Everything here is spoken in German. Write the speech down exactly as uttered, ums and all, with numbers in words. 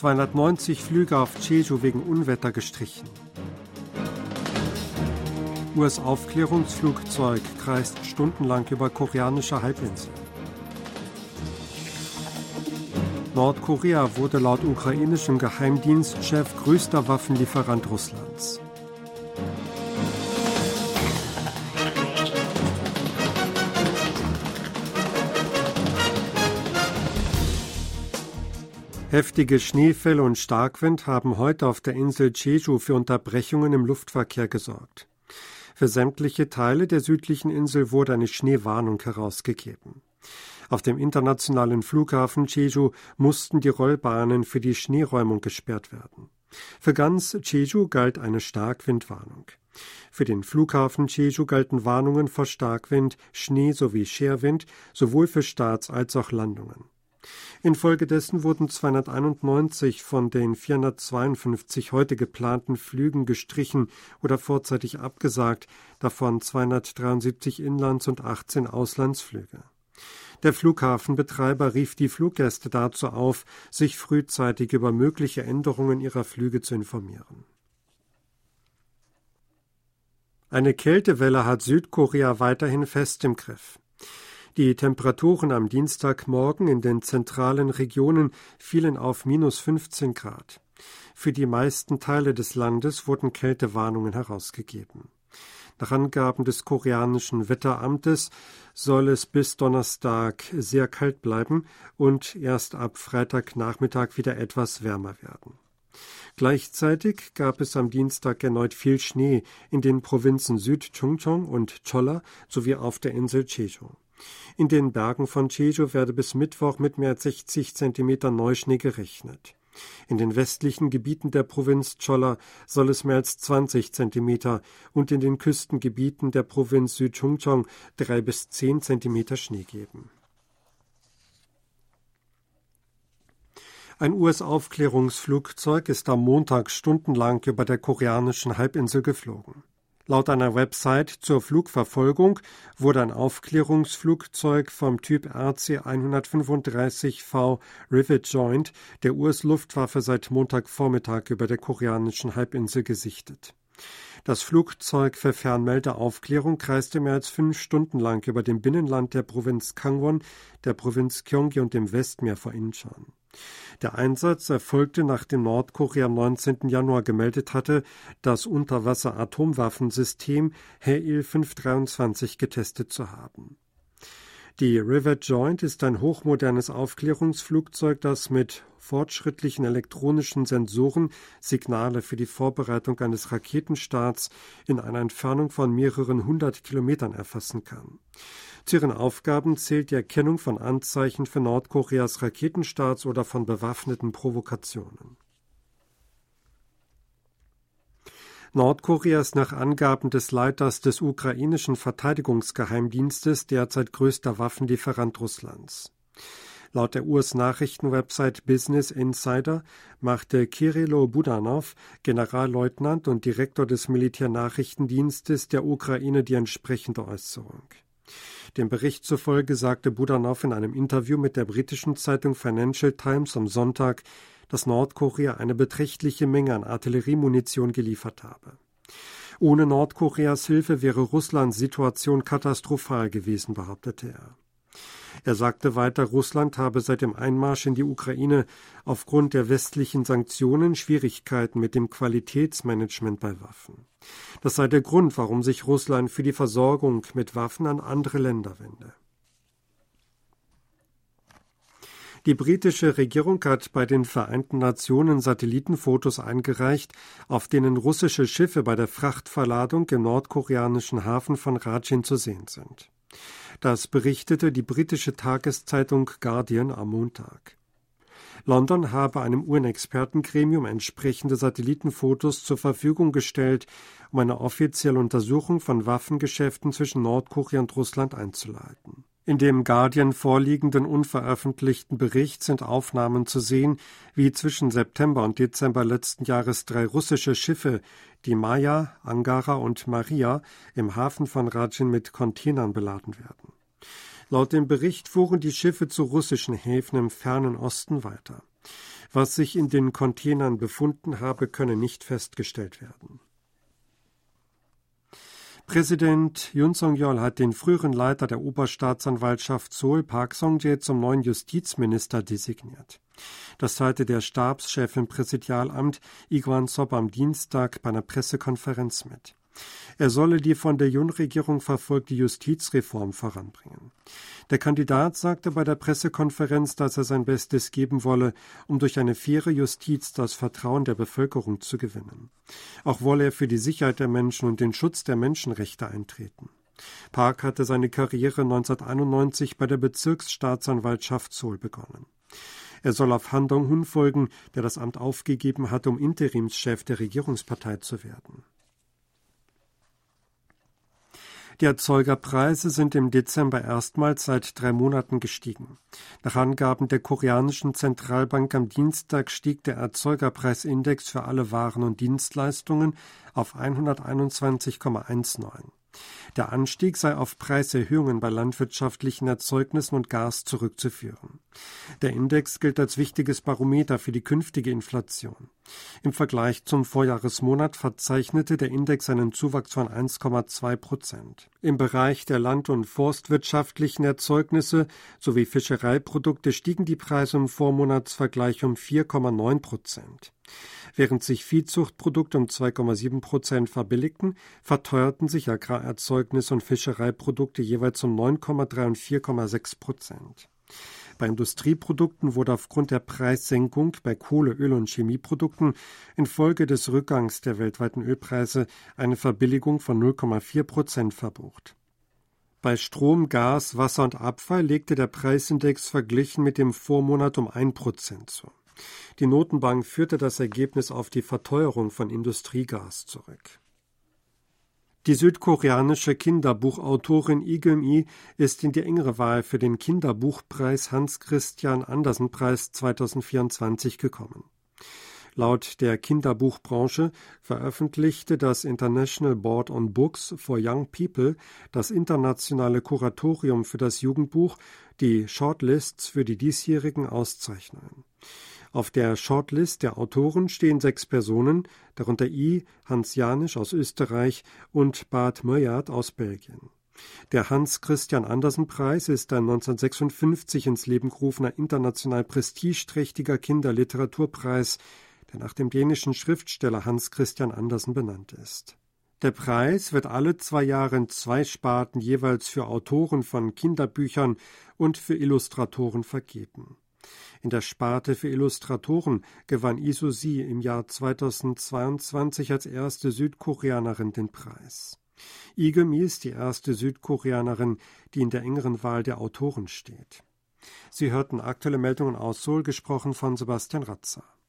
zweihundertneunzig Flüge auf Jeju wegen Unwetter gestrichen. U S-Aufklärungsflugzeug kreist stundenlang über koreanische Halbinsel. Nordkorea wurde laut ukrainischem Geheimdienstchef größter Waffenlieferant Russlands. Heftige Schneefälle und Starkwind haben heute auf der Insel Jeju für Unterbrechungen im Luftverkehr gesorgt. Für sämtliche Teile der südlichen Insel wurde eine Schneewarnung herausgegeben. Auf dem internationalen Flughafen Jeju mussten die Rollbahnen für die Schneeräumung gesperrt werden. Für ganz Jeju galt eine Starkwindwarnung. Für den Flughafen Jeju galten Warnungen vor Starkwind, Schnee sowie Scherwind, sowohl für Starts als auch Landungen. Infolgedessen wurden zweihunderteinundneunzig von den vierhundertzweiundfünfzig heute geplanten Flügen gestrichen oder vorzeitig abgesagt, davon zweihundertdreiundsiebzig Inlands- und achtzehn Auslandsflüge. Der Flughafenbetreiber rief die Fluggäste dazu auf, sich frühzeitig über mögliche Änderungen ihrer Flüge zu informieren. Eine Kältewelle hat Südkorea weiterhin fest im Griff. Die Temperaturen am Dienstagmorgen in den zentralen Regionen fielen auf minus fünfzehn Grad. Für die meisten Teile des Landes wurden Kältewarnungen herausgegeben. Nach Angaben des koreanischen Wetteramtes soll es bis Donnerstag sehr kalt bleiben und erst ab Freitagnachmittag wieder etwas wärmer werden. Gleichzeitig gab es am Dienstag erneut viel Schnee in den Provinzen Süd-Chungcheong und Cholla sowie auf der Insel Jeju. In den Bergen von Jeju werde bis Mittwoch mit mehr als sechzig Zentimeter Neuschnee gerechnet. In den westlichen Gebieten der Provinz Cholla soll es mehr als zwanzig Zentimeter und in den Küstengebieten der Provinz Süd-Chungcheong drei bis zehn Zentimeter Schnee geben. Ein U S-Aufklärungsflugzeug ist am Montag stundenlang über der koreanischen Halbinsel geflogen. Laut einer Website zur Flugverfolgung wurde ein Aufklärungsflugzeug vom Typ R C hundertfünfunddreißig V Rivet Joint der U S-Luftwaffe seit Montagvormittag über der koreanischen Halbinsel gesichtet. Das Flugzeug für Fernmeldeaufklärung kreiste mehr als fünf Stunden lang über dem Binnenland der Provinz Gangwon, der Provinz Gyeonggi und dem Westmeer vor Incheon. Der Einsatz erfolgte, nachdem Nordkorea am neunzehnten Januar gemeldet hatte, das Unterwasser-Atomwaffensystem H A E L fünf dreiundzwanzig getestet zu haben. Die Rivet Joint ist ein hochmodernes Aufklärungsflugzeug, das mit fortschrittlichen elektronischen Sensoren Signale für die Vorbereitung eines Raketenstarts in einer Entfernung von mehreren hundert Kilometern erfassen kann. Zu ihren Aufgaben zählt die Erkennung von Anzeichen für Nordkoreas Raketenstarts oder von bewaffneten Provokationen. Nordkorea ist nach Angaben des Leiters des ukrainischen Verteidigungsgeheimdienstes derzeit größter Waffenlieferant Russlands. Laut der U S-Nachrichtenwebsite Business Insider machte Kirillo Budanov, Generalleutnant und Direktor des Militärnachrichtendienstes der Ukraine, die entsprechende Äußerung. Dem Bericht zufolge sagte Budanov in einem Interview mit der britischen Zeitung Financial Times am Sonntag, dass Nordkorea eine beträchtliche Menge an Artilleriemunition geliefert habe. Ohne Nordkoreas Hilfe wäre Russlands Situation katastrophal gewesen, behauptete er. Er sagte weiter, Russland habe seit dem Einmarsch in die Ukraine aufgrund der westlichen Sanktionen Schwierigkeiten mit dem Qualitätsmanagement bei Waffen. Das sei der Grund, warum sich Russland für die Versorgung mit Waffen an andere Länder wende. Die britische Regierung hat bei den Vereinten Nationen Satellitenfotos eingereicht, auf denen russische Schiffe bei der Frachtverladung im nordkoreanischen Hafen von Rachin zu sehen sind. Das berichtete die britische Tageszeitung Guardian am Montag. London habe einem U N-Expertengremium entsprechende Satellitenfotos zur Verfügung gestellt, um eine offizielle Untersuchung von Waffengeschäften zwischen Nordkorea und Russland einzuleiten. In dem Guardian vorliegenden unveröffentlichten Bericht sind Aufnahmen zu sehen, wie zwischen September und Dezember letzten Jahres drei russische Schiffe, die Maya, Angara und Maria, im Hafen von Rachin mit Containern beladen werden. Laut dem Bericht fuhren die Schiffe zu russischen Häfen im fernen Osten weiter. Was sich in den Containern befunden habe, könne nicht festgestellt werden. Präsident Yoon Song-yeol hat den früheren Leiter der Oberstaatsanwaltschaft Seoul, Park Song-jae, zum neuen Justizminister designiert. Das teilte der Stabschef im Präsidialamt Lee Kwan-sop am Dienstag bei einer Pressekonferenz mit. Er solle die von der Yoon-Regierung verfolgte Justizreform voranbringen. Der Kandidat sagte bei der Pressekonferenz, dass er sein Bestes geben wolle, um durch eine faire Justiz das Vertrauen der Bevölkerung zu gewinnen. Auch wolle er für die Sicherheit der Menschen und den Schutz der Menschenrechte eintreten. Park hatte seine Karriere neunzehnhunderteinundneunzig bei der Bezirksstaatsanwaltschaft Seoul begonnen. Er soll auf Han Dong-hun folgen, der das Amt aufgegeben hat, um Interimschef der Regierungspartei zu werden. Die Erzeugerpreise sind im Dezember erstmals seit drei Monaten gestiegen. Nach Angaben der koreanischen Zentralbank am Dienstag stieg der Erzeugerpreisindex für alle Waren und Dienstleistungen auf hunderteinundzwanzig Komma neunzehn. Der Anstieg sei auf Preiserhöhungen bei landwirtschaftlichen Erzeugnissen und Gas zurückzuführen. Der Index gilt als wichtiges Barometer für die künftige Inflation. Im Vergleich zum Vorjahresmonat verzeichnete der Index einen Zuwachs von eins Komma zwei Prozent. Im Bereich der land- und forstwirtschaftlichen Erzeugnisse sowie Fischereiprodukte stiegen die Preise im Vormonatsvergleich um vier Komma neun Prozent. Während sich Viehzuchtprodukte um zwei Komma sieben Prozent verbilligten, verteuerten sich Agrarerzeugnisse und Fischereiprodukte jeweils um neun Komma drei und vier Komma sechs Prozent. Bei Industrieprodukten wurde aufgrund der Preissenkung bei Kohle-, Öl- und Chemieprodukten infolge des Rückgangs der weltweiten Ölpreise eine Verbilligung von null Komma vier Prozent verbucht. Bei Strom, Gas, Wasser und Abfall legte der Preisindex verglichen mit dem Vormonat um ein Prozent zu. Die Notenbank führte das Ergebnis auf die Verteuerung von Industriegas zurück. Die südkoreanische Kinderbuchautorin Lee Geum-hee ist in die engere Wahl für den Kinderbuchpreis Hans-Christian Andersen-Preis zweitausendvierundzwanzig gekommen. Laut der Kinderbuchbranche veröffentlichte das International Board on Books for Young People, das internationale Kuratorium für das Jugendbuch, die Shortlists für die diesjährigen Auszeichnungen. Auf der Shortlist der Autoren stehen sechs Personen, darunter I. Hans Janisch aus Österreich und Bart Møyard aus Belgien. Der Hans-Christian-Andersen-Preis ist ein neunzehnhundertsechsundfünfzig ins Leben gerufener international prestigeträchtiger Kinderliteraturpreis, der nach dem dänischen Schriftsteller Hans Christian Andersen benannt ist. Der Preis wird alle zwei Jahre in zwei Sparten jeweils für Autoren von Kinderbüchern und für Illustratoren vergeben. In der Sparte für Illustratoren gewann Lee So-si im Jahr zweitausendzweiundzwanzig als erste Südkoreanerin den Preis. Lee Geum-hee ist die erste Südkoreanerin, die in der engeren Wahl der Autoren steht. Sie hörten aktuelle Meldungen aus Seoul, gesprochen von Sebastian Ratzer.